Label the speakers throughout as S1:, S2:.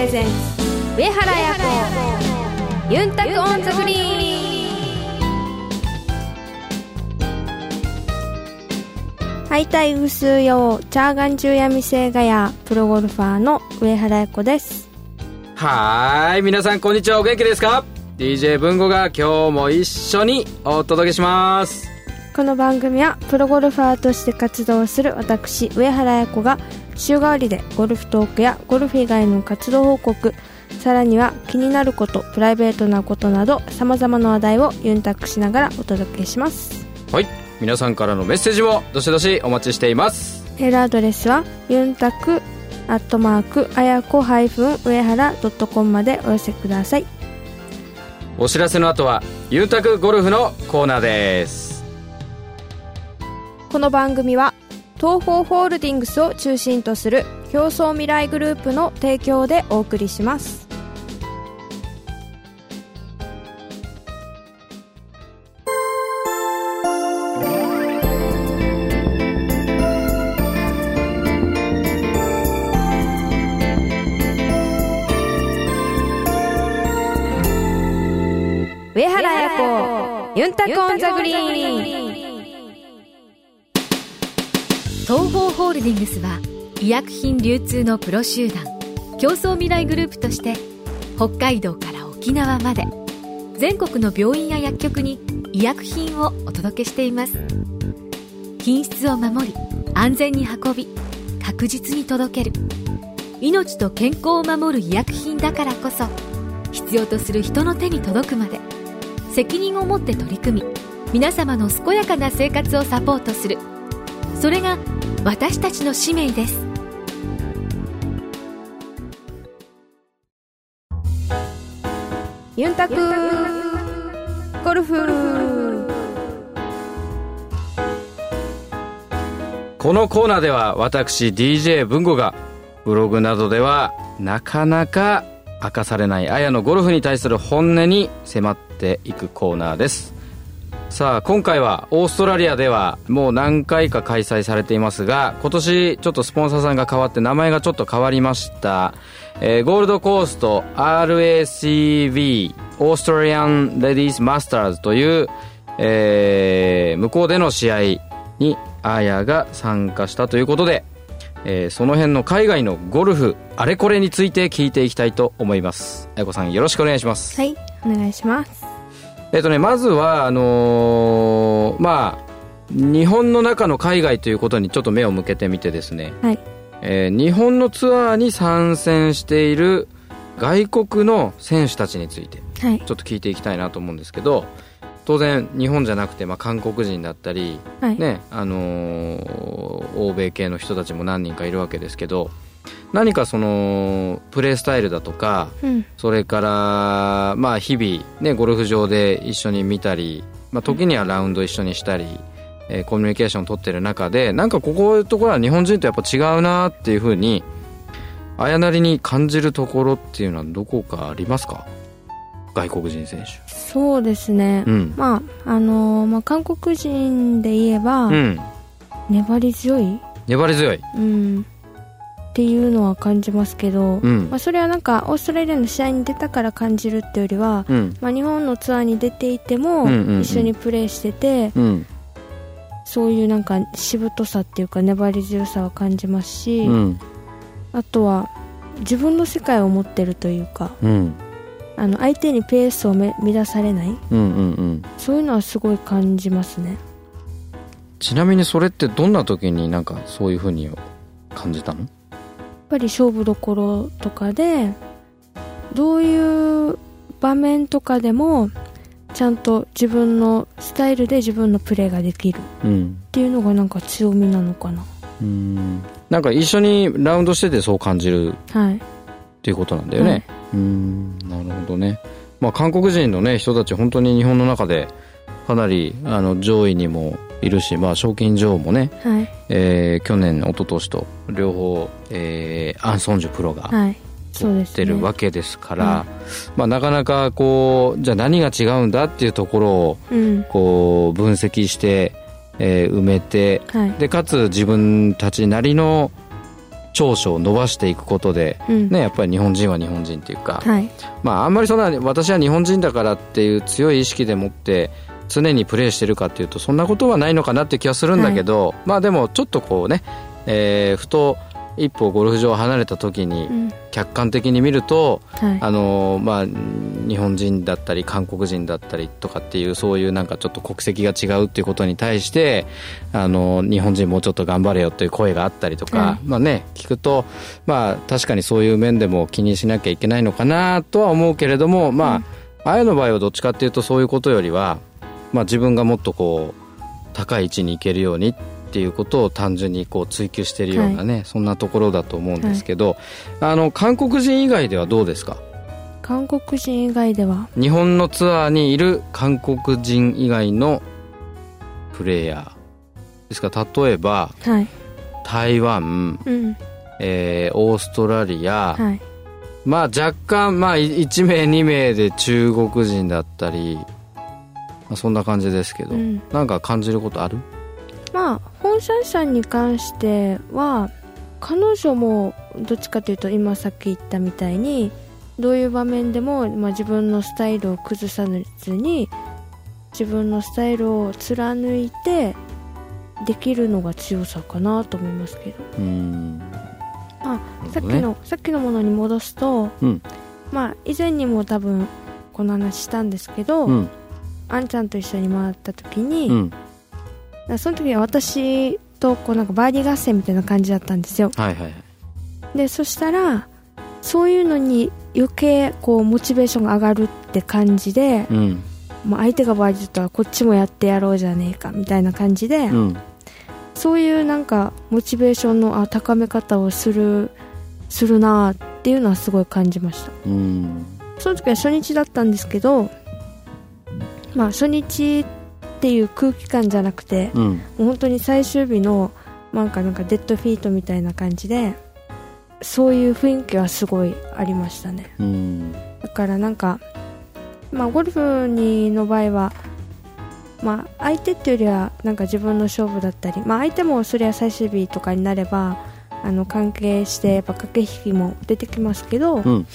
S1: レゼンツ上原彩子ユンタクオンザグリーン。ハイタイウスヨーチャーガン中闇性ガヤプロゴルファーの上原彩子です。
S2: はーい、皆さんこんにちは、お元気ですか？ DJ 文吾が今日も一緒にお届けします。
S1: この番組はプロゴルファーとして活動する私上原彩子が週替わりでゴルフトークやゴルフ以外の活動報告、さらには気になること、プライベートなことなど様々な話題をユンタクしながらお届けします。
S2: はい、皆さんからのメッセージもどしどしお待ちしています。
S1: メールアドレスはユンタクあやこ上原.com までお寄せください。
S2: お知らせの後はユンタクゴルフのコーナーです。
S1: この番組は東方ホールディングスを中心とする競争未来グループの提供でお送りします。上原彩子ユンタクオンザグリーン。
S3: 東方ホールディングスは医薬品流通のプロ集団競争未来グループとして北海道から沖縄まで全国の病院や薬局に医薬品をお届けしています。品質を守り安全に運び確実に届ける、命と健康を守る医薬品だからこそ必要とする人の手に届くまで責任を持って取り組み、皆様の健やかな生活をサポートする、それが私たちの使命です。
S1: ユンタクゴルフ。
S2: このコーナーでは私 DJ 文吾がブログなどではなかなか明かされないあやのゴルフに対する本音に迫っていくコーナーです。さあ今回はオーストラリアではもう何回か開催されていますが、今年ちょっとスポンサーさんが変わって名前がちょっと変わりました、ゴールドコースト RACV オーストラリアンレディースマスターズという、向こうでの試合にあやが参加したということで、その辺の海外のゴルフあれこれについて聞いていきたいと思います。あやこさんよろしくお願いします。
S1: はい、お願いします。
S2: まずは日本の中の海外ということにちょっと目を向けてみてですね、
S1: はい、
S2: 日本のツアーに参戦している外国の選手たちについてちょっと聞いていきたいなと思うんですけど、当然日本じゃなくて、韓国人だったり、はいね、欧米系の人たちも何人かいるわけですけど、何かそのプレースタイルだとか、それから日々ねゴルフ場で一緒に見たり、時にはラウンド一緒にしたり、コミュニケーションを取ってる中で、なんかここいうところは日本人とやっぱ違うなっていうふうにあやなりに感じるところっていうのはどこかありますか？外国人選手。
S1: そうですね、韓国人で言えば、粘り強い、っていうのは感じますけど、それはなんかオーストラリアの試合に出たから感じるってよりは、日本のツアーに出ていても、一緒にプレーしてて、そういうなんかしぶとさっていうか粘り強さは感じますし、あとは自分の世界を持ってるというか、相手にペースを乱されない、そういうのはすごい感じますね。
S2: ちなみにそれってどんな時になんかそういう風に感じたの？
S1: やっぱり勝負どころとかで、どういう場面とかでもちゃんと自分のスタイルで自分のプレーができるっていうのがなんか強みなのかな。
S2: なんか一緒にラウンドしててそう感じる、っていうことなんだよね、なるほどね。韓国人のね人たち本当に日本の中でかなり上位にもいるし、賞金女王もね、去年一昨年と両方、アン・ソンジュプロが取ってるわけですから、なかなかこうじゃあ何が違うんだっていうところをこう分析して、埋めて、でかつ自分たちなりの長所を伸ばしていくことで、ね、やっぱり日本人は日本人っていうか、
S1: はい、
S2: まああんまりそんな私は日本人だからっていう強い意識でもって常にプレーしてるかっていうとそんなことはないのかなっていう気はするんだけど、はい、まあでもちょっとこうね、ふと一歩ゴルフ場を離れた時に客観的に見ると、はい、まあ日本人だったり韓国人だったりとかっていうそういうなんかちょっと国籍が違うっていうことに対して日本人もうちょっと頑張れよっていう声があったりとか、はい、まあね聞くとまあ確かにそういう面でも気にしなきゃいけないのかなとは思うけれども、まああやの場合はどっちかっていうとそういうことよりはまあ自分がもっとこう高い位置に行けるようにっていうことを単純にこう追求しているようなね、はい、そんなところだと思うんですけど、はい、韓国人以外ではどうですか？
S1: 韓国人以外では
S2: 日本のツアーにいる韓国人以外のプレイヤーですか？例えば、はい、台湾、オーストラリア、はい、まあ若干、まあ、1名2名で中国人だったり、まあ、そんな感じですけど、なんか感じることある？
S1: まあ本シャンシャンに関しては彼女もどっちかというと今さっき言ったみたいにどういう場面でも、まあ、自分のスタイルを崩さずに自分のスタイルを貫いてできるのが強さかなと思いますけど、まあ、さっきのものに戻すと、まあ、以前にも多分この話したんですけど、あんちゃんと一緒に回った時に、その時は私とこうなんかバーディー合戦みたいな感じだったんですよ、はいはいはい、でそしたらそういうのに余計こうモチベーションが上がるって感じで、まあ、相手がバーディーだったらこっちもやってやろうじゃねえかみたいな感じで、そういうなんかモチベーションの高め方をするなっていうのはすごい感じました。その時は初日だったんですけど、まあ初日っていう空気感じゃなくて、もう本当に最終日のなんかデッドフィートみたいな感じでそういう雰囲気はすごいありましたね。だからなんか、まあ、ゴルフの場合は、まあ、相手っていうよりはなんか自分の勝負だったり、まあ、相手もそれは最終日とかになれば関係してやっぱ駆け引きも出てきますけど、ま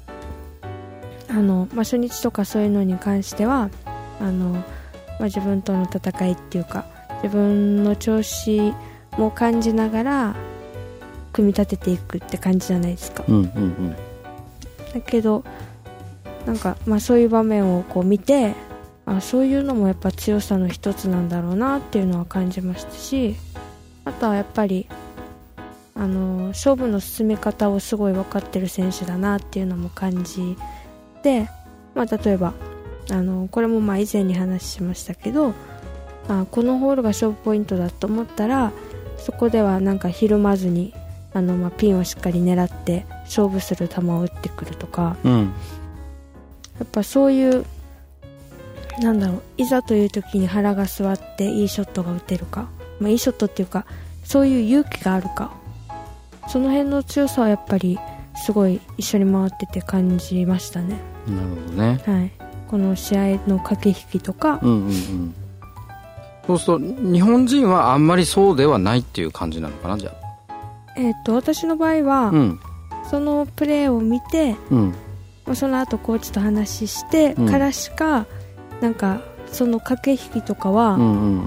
S1: あ、初日とかそういうのに関してはまあ、自分との戦いっていうか自分の調子も感じながら組み立てていくって感じじゃないですか、だけどなんか、まあ、そういう場面をこう見てそういうのもやっぱ強さの一つなんだろうなっていうのは感じましたし、あとはやっぱり勝負の進め方をすごい分かってる選手だなっていうのも感じて、まあ、例えばこれもまあ以前に話しましたけど、このホールが勝負ポイントだと思ったらそこではなんかひるまずにまあピンをしっかり狙って勝負する球を打ってくるとか、やっぱそういうなんだろう、いざという時に腹が据わっていいショットが打てるか、まあ、いいショットっていうかそういう勇気があるか、その辺の強さはやっぱりすごい一緒に回ってて感じましたね。
S2: なるほどね、
S1: はい、この試合の駆け引きとか、
S2: そうすると日本人はあんまりそうではないっていう感じなのかな。じゃあ
S1: 私の場合は、そのプレーを見て、その後コーチと話してからしか、なんかその駆け引きとかは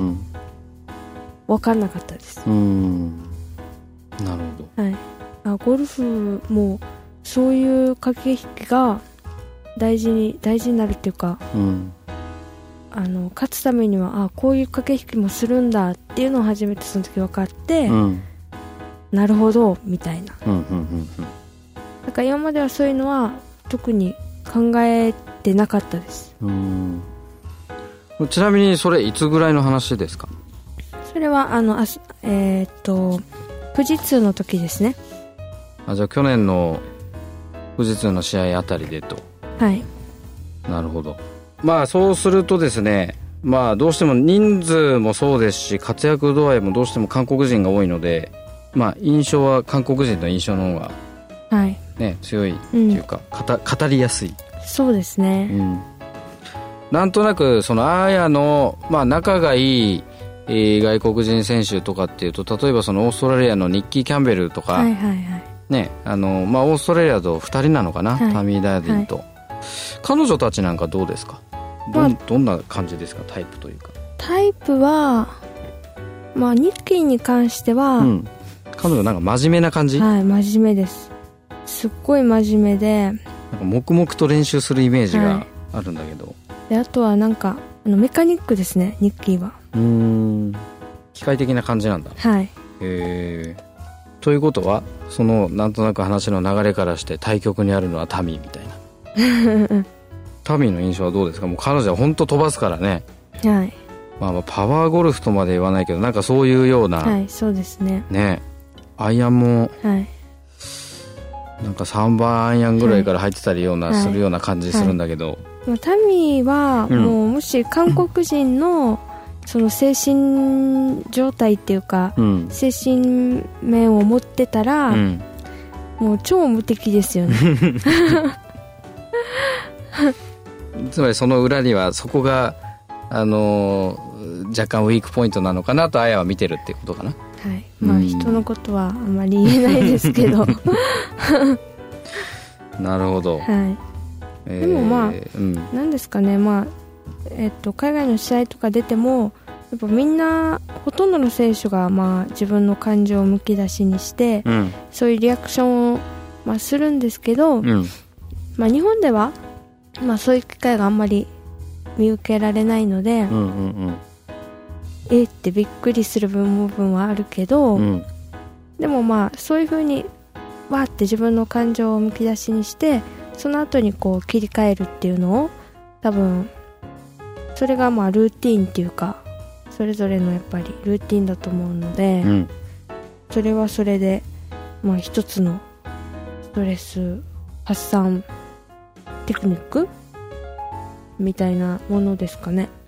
S1: 分かんなかったです。
S2: なるほど、
S1: はい、ゴルフもそういう駆け引きが大事になるっていうか、勝つためにはこういう駆け引きもするんだっていうのを初めてその時分かって、なるほどみたいな、だから今まではそういうのは特に考えてなかったです。
S2: ちなみにそれいつぐらいの話ですか？
S1: それは富士通の時ですね。
S2: じゃあ去年の富士通の試合あたりでと。
S1: はい、
S2: なるほど。まあそうするとですね、まあどうしても人数もそうですし活躍度合いもどうしても韓国人が多いので、まあ印象は韓国人の印象の方が、強いっていうか、語りやすい。
S1: そうですね、
S2: なんとなくそのアーヤの、まあ、仲がいい、 外国人選手とかっていうと、例えばそのオーストラリアのニッキー・キャンベルとか、
S1: はいはいはい、
S2: ね、オーストラリアと2人なのかな、はい、タミー・ダーディンと、はい、彼女たちなんかどうですか？どんな感じですか、タイプというか。タイプは、
S1: ニッキーに関しては、
S2: 彼女なんか真面目な感じ？
S1: はい、真面目です。すっごい真面目で、
S2: なんか黙々と練習するイメージがあるんだけど、はい、
S1: であとはなんかメカニックですね、ニッキーは。
S2: 機械的な感じなんだ。
S1: はい。
S2: ということは、そのなんとなく話の流れからして対極にあるのはタミーみたいなタミーの印象はどうですか？もう彼女は本当飛ばすからね。
S1: はい。
S2: パワーゴルフとまで言わないけど、なんかそういうような、
S1: はい、そうですね。
S2: ね、アイアンも、
S1: はい、
S2: なんか3番アイアンぐらいから入ってたりような、はい、するような感じするんだけど、
S1: はい、タミーはもう、もし韓国人のその精神状態っていうか、精神面を持ってたら、もう超無敵ですよね
S2: つまりその裏にはそこが若干ウィークポイントなのかなとあやは見てるってことかな。
S1: はい、人のことはあまり言えないですけど
S2: なるほど。
S1: はい、でもなんですかね、海外の試合とか出てもやっぱみんなほとんどの選手が自分の感情をむき出しにして、そういうリアクションをするんですけど、日本ではそういう機会があんまり見受けられないので、ってびっくりする部分はあるけど、でもそういう風にわーって自分の感情をむき出しにして、その後にこう切り替えるっていうのを、多分それがルーティーンっていうか、それぞれのやっぱりルーティーンだと思うので、それはそれで一つのストレス発散テクニックみたいなものですかね。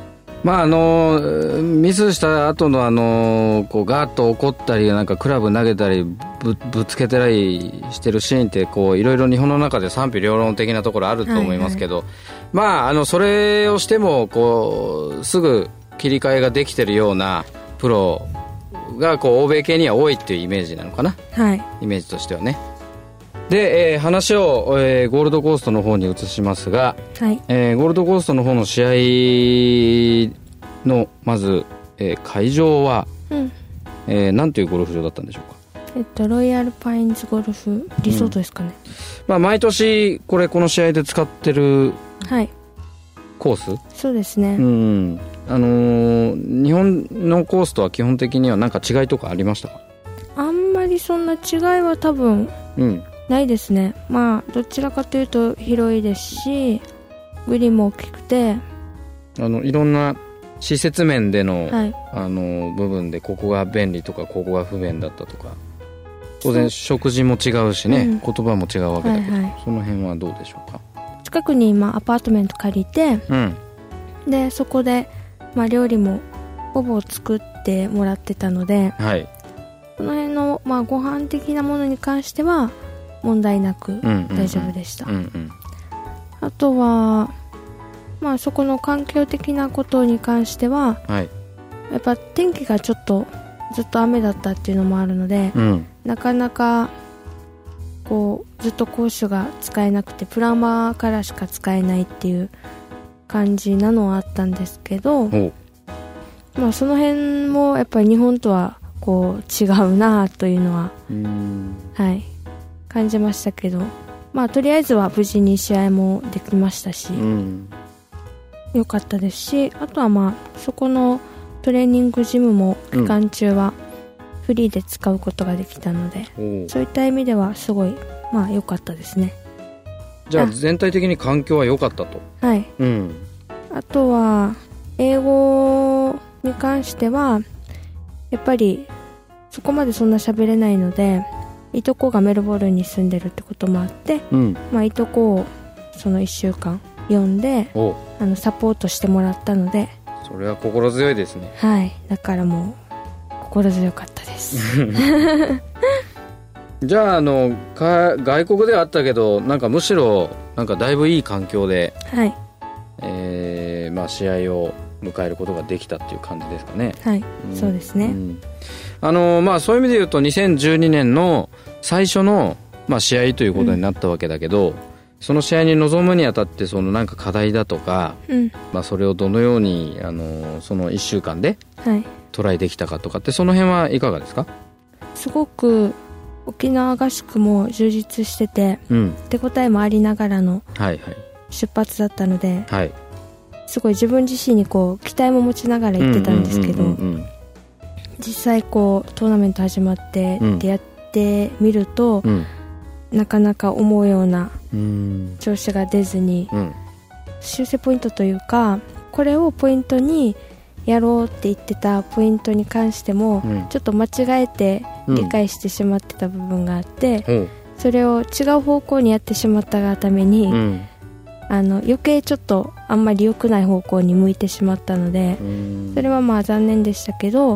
S2: ミスした後のこうガーッと怒ったり、なんかクラブ投げたり ぶつけたりしてるシーンってこういろいろ日本の中で賛否両論的なところあると思いますけど、それをしてもこうすぐ切り替えができてるようなプロがこう欧米系には多いっていうイメージなのかな、
S1: はい、
S2: イメージとしてはね。で、話を、ゴールドコーストの方に移しますが、
S1: はい、
S2: ゴールドコーストの方の試合のまず、会場は、なんていうゴルフ場だったんでしょう
S1: か？ロイヤルパインズゴルフリゾートですかね。
S2: 毎年この試合で使ってるコース、
S1: そうですね。
S2: 日本のコースとは基本的には何か違いとかありましたか？
S1: あんまりそんな違いは多分、ないですね。どちらかというと広いですし、グリーンも大きくて、
S2: いろんな施設面での、
S1: はい、
S2: 部分でここが便利とかここが不便だったとか、当然食事も違うしね、言葉も違うわけだけど、その辺はどうでしょうか？
S1: 近くに今アパートメント借りて、でそこで、料理もほぼ作ってもらってたので、その辺の、ご飯的なものに関しては問題なく大丈夫でした。あとは、そこの環境的なことに関しては、やっぱ天気がちょっとずっと雨だったっていうのもあるので、なかなかこうずっと攻守が使えなくて、プラマーからしか使えないっていう感じなのはあったんですけど、その辺もやっぱり日本とはこう違うなというのは、感じましたけど、とりあえずは無事に試合もできましたし、良かったですし、あとはそこのトレーニングジムも期間中はフリーで使うことができたので、そういった意味ではすごい良かったですね。
S2: じゃあ全体的に環境は良かったと。
S1: はい、あとは英語に関してはやっぱりそこまでそんな喋れないので、いとこがメルボルンに住んでるってこともあって、いとこをその1週間呼んでサポートしてもらったので、
S2: それは心強いですね。
S1: はい、だからもう心強かったです
S2: じゃあ外国ではあったけど、なんかむしろなんかだいぶいい環境で、試合を迎えることができたっていう感じですかね。
S1: はい、そうですね。
S2: そういう意味で言うと2012年の最初の、試合ということになったわけだけど、その試合に臨むにあたってなんか課題だとか、それをどのようにその1週間でトライできたかとかって、その辺はいかがですか？
S1: すごく沖縄合宿も充実してて、手応えもありながらの出発だったので、すごい自分自身に期待も持ちながら行ってたんですけど、実際トーナメント始まってでやってみると、なかなか思うような調子が出ずに、修正ポイントというか、これをポイントにやろうって言ってたポイントに関しても、ちょっと間違えて理解してしまってた部分があって、それを違う方向にやってしまったがために、余計ちょっとあんまり良くない方向に向いてしまったので、それは残念でしたけど、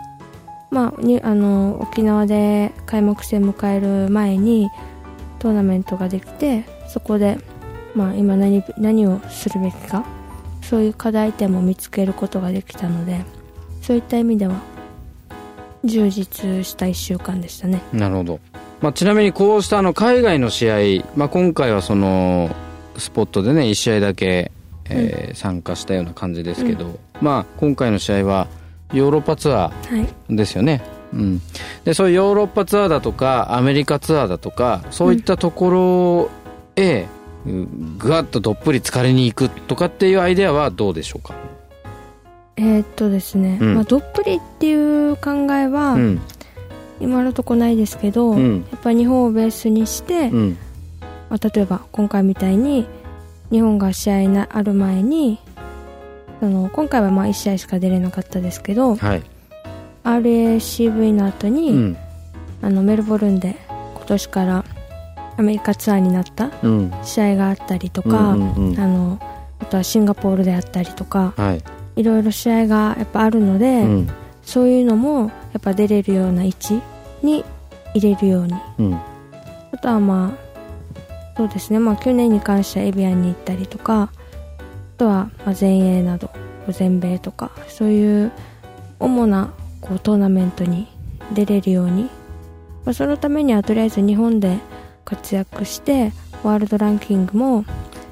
S1: 沖縄で開幕戦迎える前にトーナメントができて、そこで、今何をするべきか、そういう課題点も見つけることができたので、そういった意味では充実した1週間でしたね。
S2: なるほど。ちなみにこうした海外の試合、今回はそのスポットでね1試合だけ、参加したような感じですけど、今回の試合はヨーロッパツアーですよね。でそういうヨーロッパツアーだとかアメリカツアーだとか、そういったところへぐわっとどっぷり浸かりに行くとかっていうアイデアはどうでしょうか？
S1: ですね、どっぷりっていう考えは、今のとこないですけど、やっぱ日本をベースにして、例えば今回みたいに日本が試合ある前に、今回は1試合しか出れなかったですけど、RACV の後に、メルボルンで今年からアメリカツアーになった試合があったりとか、あとはシンガポールであったりとか、いろいろ試合がやっぱあるので、そういうのもやっぱ出れるような位置に入れるように、あとはそうですね、去年に関してはエビアンに行ったりとか、あとは全英など全米とか、そういう主なトーナメントに出れるように、そのためにはとりあえず日本で活躍してワールドランキングも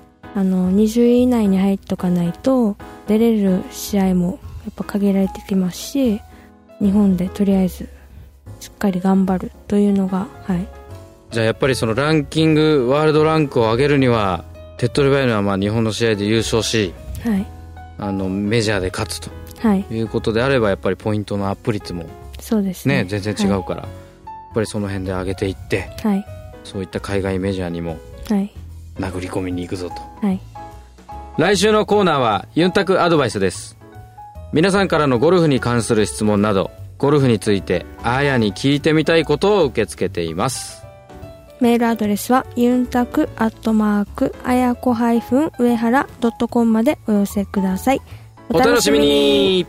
S1: 20位以内に入っとかないと出れる試合もやっぱ限られてきますし、日本でとりあえずしっかり頑張るというのが、
S2: じゃあやっぱりそのランキング、ワールドランクを上げるには手っ取り早いのは日本の試合で優勝し、メジャーで勝つと、いうことであれば、やっぱりポイントのアップ率も
S1: そうですね、
S2: 全然違うから、やっぱりその辺で上げていって、そういった海外メジャーにも殴り込みに行くぞと、来週のコーナーはユンタクアドバイスです。皆さんからのゴルフに関する質問など、ゴルフについてあやに聞いてみたいことを受け付けています。
S1: メールアドレスはユンタクあやこ上原.com までお寄せください。
S2: お楽しみに。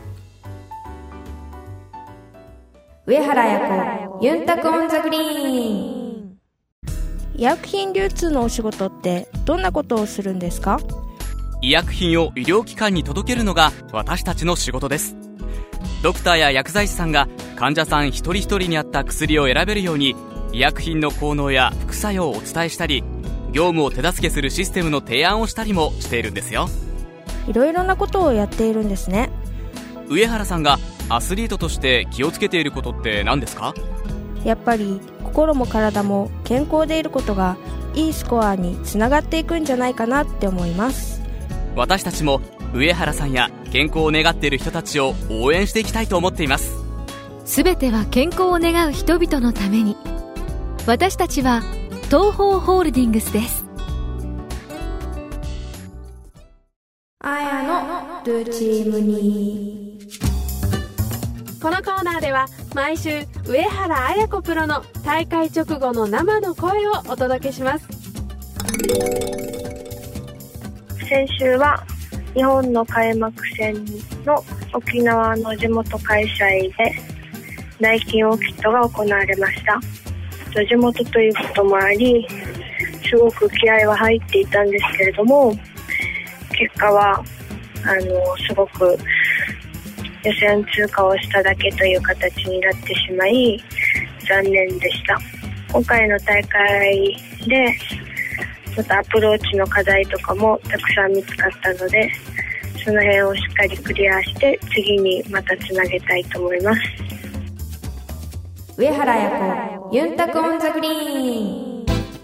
S1: 上原彩子ユンタクオンザグリーン。医薬品流通のお仕事ってどんなことをするんですか？
S4: 医薬品を医療機関に届けるのが私たちの仕事です。ドクターや薬剤師さんが患者さん一人一人に合った薬を選べるように、医薬品の効能や副作用をお伝えしたり、業務を手助けするシステムの提案をしたりもしているんですよ。
S1: いろいろなことをやっているんですね。
S4: 上原さんがアスリートとして気をつけていることって何ですか？
S1: やっぱり心も体も健康でいることがいいスコアにつながっていくんじゃないかなって思います。
S4: 私たちも上原さんや健康を願っている人たちを応援していきたいと思っています。
S3: すべては健康を願う人々のために。私たちは東方ホールディングスです。
S1: あやのルチームに。
S5: このコーナーでは毎週上原彩子プロの大会直後の生の声をお届けします。
S6: 先週は日本の開幕戦の沖縄の地元開催でナイキンオーキッドが行われました。地元ということもあり、すごく気合は入っていたんですけれども、結果はすごく予選通過をしただけという形になってしまい残念でした。今回の大会でまたアプローチの課題とかもたくさん見つかったので、その辺をしっかりクリアして次にまたつなげたいと思います。
S1: 上原彩子ユンタクオンザグリーン。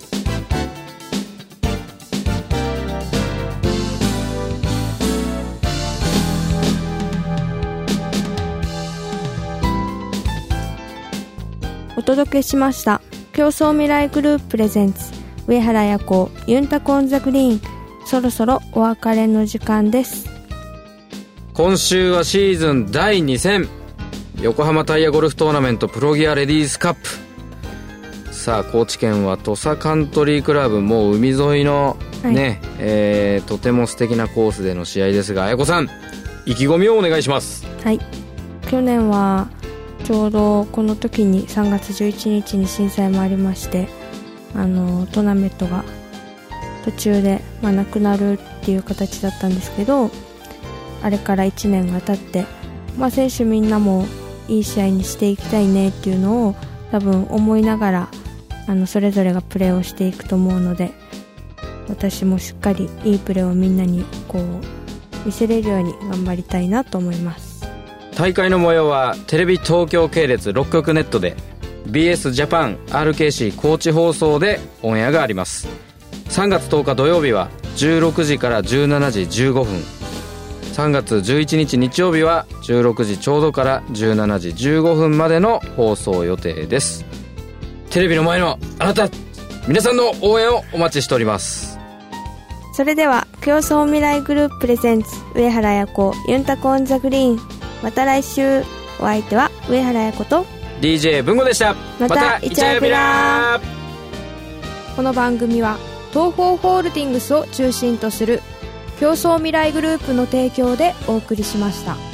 S1: お届けしました競争未来グループプレゼンツ上原彩子ユンタクオンザグリーン。そろそろお別れの時間です。
S2: 今週はシーズン第2戦横浜タイヤゴルフトーナメントプロギアレディースカップ。さあ高知県は土佐カントリークラブ、もう海沿いのね、はい、とても素敵なコースでの試合ですが、彩子さん意気込みをお願いします。
S1: はい、去年はちょうどこの時に3月11日に震災もありまして、トーナメントが途中で、なくなるっていう形だったんですけど、あれから1年が経って、選手みんなもいい試合にしていきたいねっていうのを多分思いながらそれぞれがプレーをしていくと思うので、私もしっかりいいプレーをみんなにこう見せれるように頑張りたいなと思います。
S2: 大会の模様はテレビ東京系列6局ネットで BS ジャパン RKC 高知放送でオンエアがあります。3月10日土曜日は16時から17時15分、3月11日日曜日は16時ちょうどから17時15分までの放送予定です。テレビの前のあなた、皆さんの応援をお待ちしております。
S1: それでは競争未来グループプレゼンツ上原彩子ユンタクオンザグリーン、また来週。お相手は上原彩子と
S2: DJ 文吾でした。
S1: またイチャビラ。この番組は東方ホールディングスを中心とする競争未来グループの提供でお送りしました。